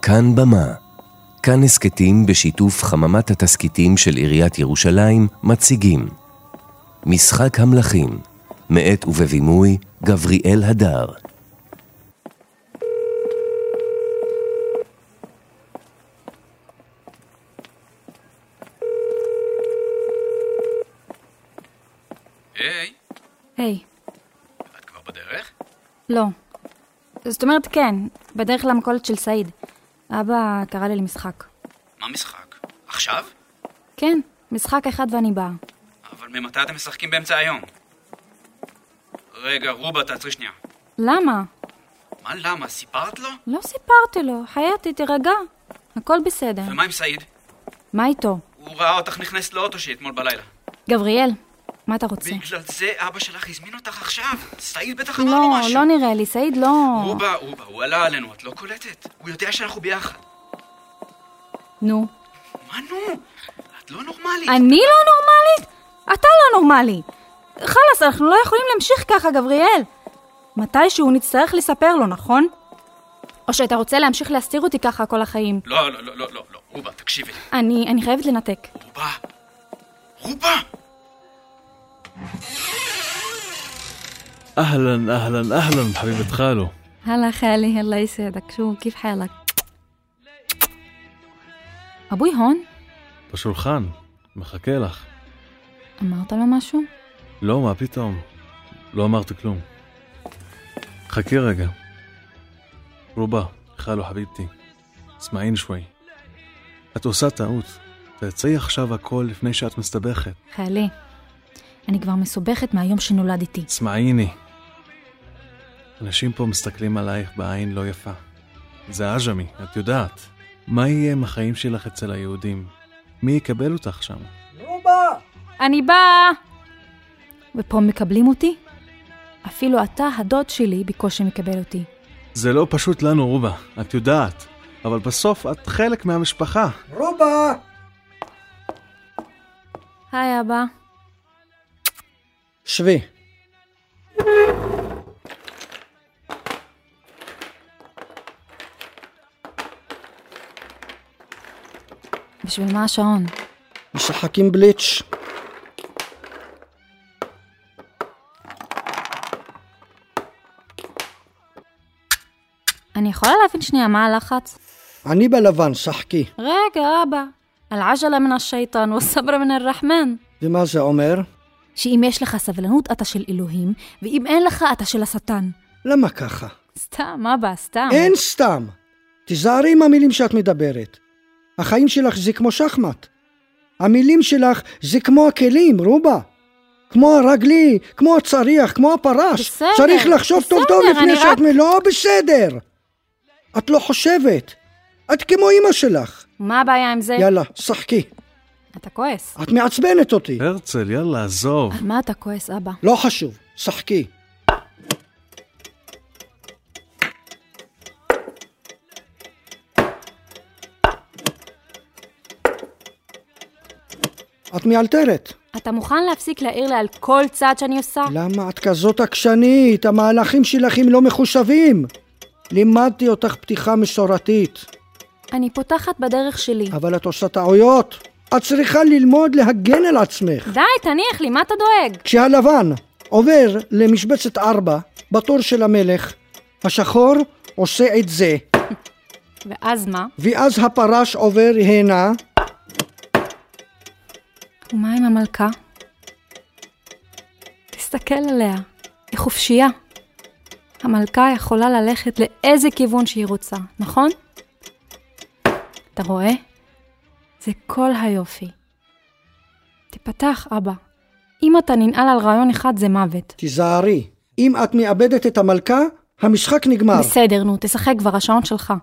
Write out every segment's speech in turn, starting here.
כאן במה. כאן הסקטים בשיתוף חממת התסקיטים של עיריית ירושלים מציגים משחק המלכים, מאת ובבימוי גבריאל הדר. היי. היי. את כבר בדרך? לא. זאת אומרת כן, בדרך למכולת של סעיד. אבא קרא לי למשחק. מה משחק? עכשיו? כן, משחק אחד ואני באה. אבל ממתי אתם משחקים באמצע היום? רגע, רובה, תעצרי שנייה. למה? מה למה? סיפרת לו? לא סיפרתי לו, חייתי, תירגע. הכל בסדר. ומה עם סעיד? מה איתו? הוא ראה אותך נכנסת לאוטו שאתמול בלילה. גבריאל, מה אתה רוצה? בגלל זה אבא שלך הזמין אותך עכשיו. סעיד בטח אמר לו משהו. לא נראה לי, סעיד לא... רובה, הוא עלה עלינו, את לא קולטת? הוא יודע שאנחנו ביחד. נו. מה נו? את לא נורמלית. אני לא נורמלית? אתה לא נורמלי. חלס, אנחנו לא יכולים להמשיך ככה, גבריאל. מתישהו נצטרך לספר לו, נכון? או שאתה רוצה להמשיך להסתיר אותי ככה כל החיים? לא, רובה, תקשיבי. אני חייבת לנתק. רובה! أهلا حبيبة خالو. هلا خالي, الله يسعدك. شو كيف حالك? أبوي هون? בשולחן, מחכה לך. אמרת לו משהו? לא, מה פתאום? לא אמרתי כלום. חכי רגע. רובה, חלו חביבתי. סמעין שווי. את עושה טעות. תעצרי עכשיו הכל לפני שאת מסתבכת. חלי, אני כבר מסובכת מהיום שנולדתי. סמעיני. אנשים פה מסתכלים עלייך בעין לא יפה. זה אג'מי, את יודעת. מה יהיה עם החיים שלך אצל היהודים? מי יקבל אותך שם? רובה! אני באה! ופה מקבלים אותי? אפילו אתה, הדוד שלי, בקושי מקבל אותי. זה לא פשוט לנו, רובה, את יודעת. אבל בסוף את חלק מהמשפחה. רובה! היי אבא. שבי. בשביל מה השעון? משחקים בליץ'. אני יכולה להבין שנייה מה הלחץ? אני בלבן, שחקי. רגע אבא. العجلة من الشيطان والصبر من الرحمن. ומה זה אומר? שאם יש לך סבלנות אתה של אלוהים, ואם אין לך אתה של השטן. למה ככה? סתם אבא, סתם. אין סתם. תיזהרי עם המילים שאת מדברת. החיים שלך זה כמו שחמט. המילים שלך זה כמו הכלים, רובה. כמו הרגלי, כמו הצריח, כמו הפרש. בסדר, צריך לחשוב טוב טוב לפני שאת... לא בסדר. את לא חושבת. את כמו אמא שלך. מה הבעיה עם זה? יאללה, שחקי. אתה כועס. את מעצבנת אותי. הרצל, יאללה, עזוב. על מה אתה כועס אבא? לא חשוב, שחקי. את מאלתרת. אתה מוכן להפסיק להעיר לי על כל צעד שאני עושה? למה את כזאת עקשנית? המהלכים שלך הם לא מחושבים. לימדתי אותך פתיחה מסורתית. אני פותחת בדרך שלי. אבל את עושה טעויות. את צריכה ללמוד להגן על עצמך. די, תניח לי, מה אתה דואג? כשהלבן עובר למשבצת 4 בתור של המלך, השחור עושה את זה. ואז מה? ואז הפרש עובר הנה. ומה עם המלכה? תסתכל עליה, היא חופשייה. המלכה יכולה ללכת לאיזה כיוון שהיא רוצה, נכון? אתה רואה? זה כל היופי. תפתח אבא. אם אתה ננעל על רעיון אחד זה מוות. תיזהרי, אם את מאבדת את המלכה, המשחק נגמר. בסדר, נו, תשחק כבר, השעון שלך.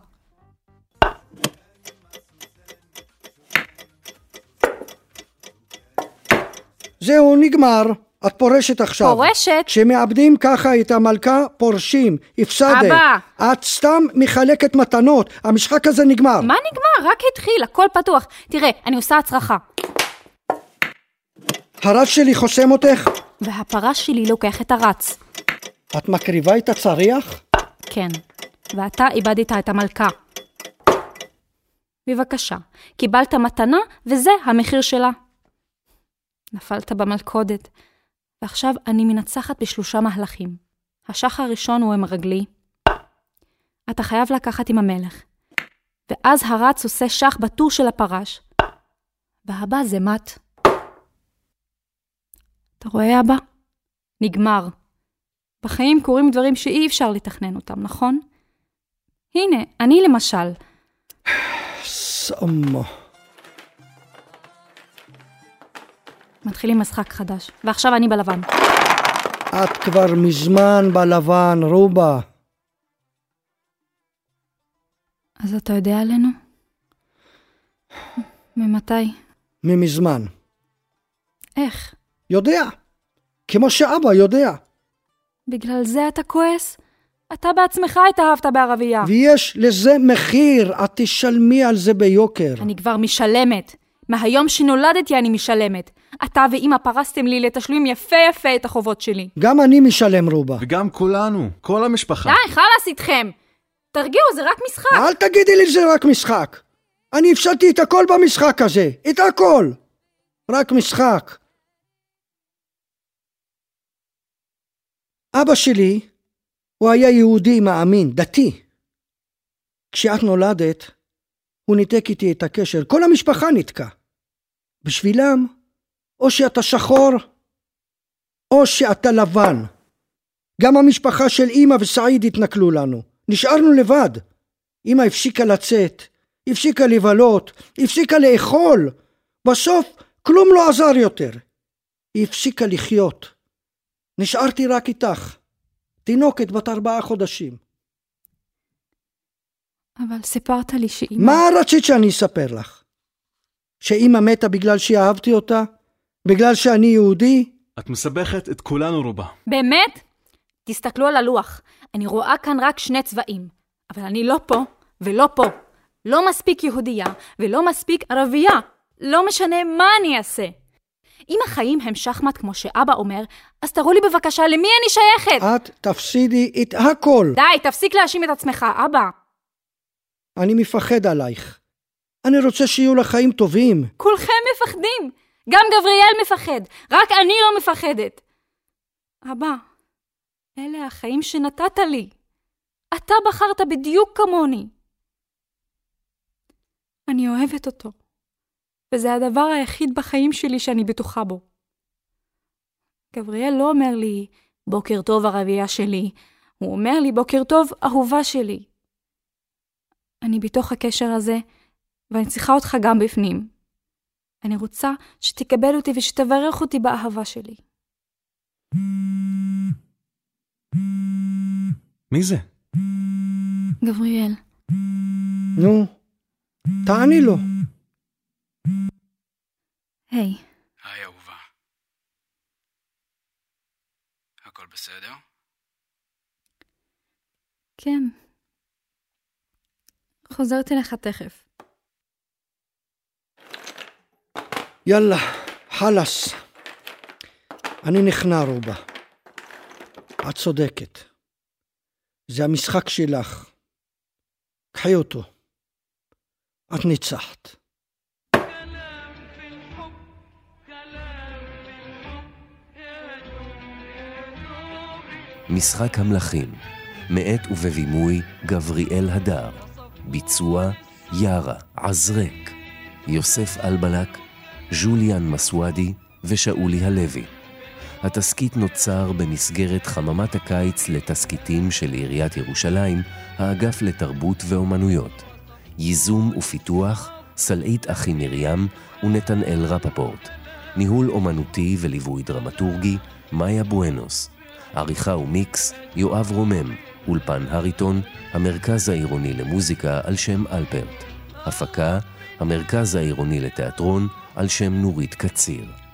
זהו, נגמר. את פורשת עכשיו. פורשת? כשמאבדים ככה את המלכה, פורשים. הפסדת. אבא! את סתם מחלקת מתנות. המשחק הזה נגמר. מה נגמר? רק התחיל, הכל פתוח. תראה, אני עושה הצרחה. הרץ שלי חוסם אותך? והפרש שלי לוקח את הרץ. את מקריבה את הצריח? כן. ואתה איבדת את המלכה. בבקשה, קיבלת מתנה וזה המחיר שלה. נפלת במלכודת, ועכשיו אני מנצחת ב3 מהלכים. השח הראשון הוא עם רגלי. אתה חייב לקחת עם המלך. ואז הרץ עושה שח בטור של הפרש. והבא זה מת. אתה רואה אבא? נגמר. בחיים קורים דברים שאי אפשר לתכנן אותם, נכון? הנה, אני למשל. סומו. מתחילים משחק חדש, ועכשיו אני בלבן. את כבר מזמן בלבן, רובה. אז אתה יודע עלינו? ממתי? ממזמן. איך? יודע. כמו שאבא יודע. בגלל זה אתה כועס? אתה בעצמך התאהבת בערבייה. ויש לזה מחיר, את תשלמי על זה ביוקר. אני כבר משלמת. מהיום שנולדתי אני משלמת. אתה ואמא פרסתם לי לתשלום יפה יפה את החובות שלי. גם אני משלם, רובה. וגם כולנו, כל המשפחה. די, חלאס איתכם. תרגיעו, זה רק משחק. אל תגידי לי זה רק משחק. אני הפסדתי את הכל במשחק הזה. את הכל. רק משחק. אבא שלי, הוא היה יהודי מאמין, דתי. כשאת נולדת, הוא ניתק איתי את הקשר. כל המשפחה נתקע. בשבילם, או שאתה שחור, או שאתה לבן. גם המשפחה של אמא וסעיד התנכלו לנו. נשארנו לבד. אמא הפסיקה לצאת, הפסיקה לבלות, הפסיקה לאכול. בסוף כלום לא עזר יותר. היא הפסיקה לחיות. נשארתי רק איתך. תינוקת בת 4 חודשים. אבל סיפרת לי שאמא... מה רצית שאני אספר לך? שאמא מתה בגלל שאהבתי אותה? בגלל שאני יהודי? את מסבכת את כולנו, רובה. באמת? תסתכלו על הלוח. אני רואה כאן רק 2 צבעים. אבל אני לא פה ולא פה. לא מספיק יהודייה ולא מספיק ערבייה. לא משנה מה אני אעשה. אם החיים הם שחמט כמו שאבא אומר, אז תראו לי בבקשה למי אני שייכת. את תפסידי את הכל. די, תפסיק להאשים את עצמך, אבא. אני מפחד עלייך. אני רוצה שיהיו לך חיים טובים. כולכם מפחדים. גם גבריאל מפחד. רק אני לא מפחדת. אבא, אלה החיים שנתת לי. אתה בחרת בדיוק כמוני. אני אוהבת אותו. וזה הדבר היחיד בחיים שלי שאני בטוחה בו. גבריאל לא אומר לי, בוקר טוב ערבייה שלי. הוא אומר לי, בוקר טוב אהובה שלי. אני בתוך הקשר הזה, ואני צריכה אותך גם בפנים. אני רוצה שתקבל אותי ושתברך אותי באהבה שלי. מי זה? גבריאל. נו, תעני לו. היי. היי אהובה. הכל בסדר? כן. חוזרת אליך תכף. יאללה, חלס. אני נכנע, רובה. את צודקת. זה המשחק שלך. קחי אותו. את ניצחת. משחק המלכים, מאת ובבימוי גבריאל הדר, ביצוע ירה עזרק, יוסף אלבלק, ז'וליאן מסואדי ושאולי הלוי. התסקית נוצר במסגרת חממת הקיץ לתסקיטים של עיריית ירושלים, האגף לתרבות ואומנויות. ייזום ופיתוח, סלעית אחי מרים ונתנאל רפפורט. ניהול אומנותי וליווי דרמטורגי, מאיה בואנוס. עריכה ומיקס, יואב רומם. אולפן הריטון, המרכז העירוני למוזיקה על שם אלפרט. הפקה, המרכז העירוני לתיאטרון על שם נורית קציר.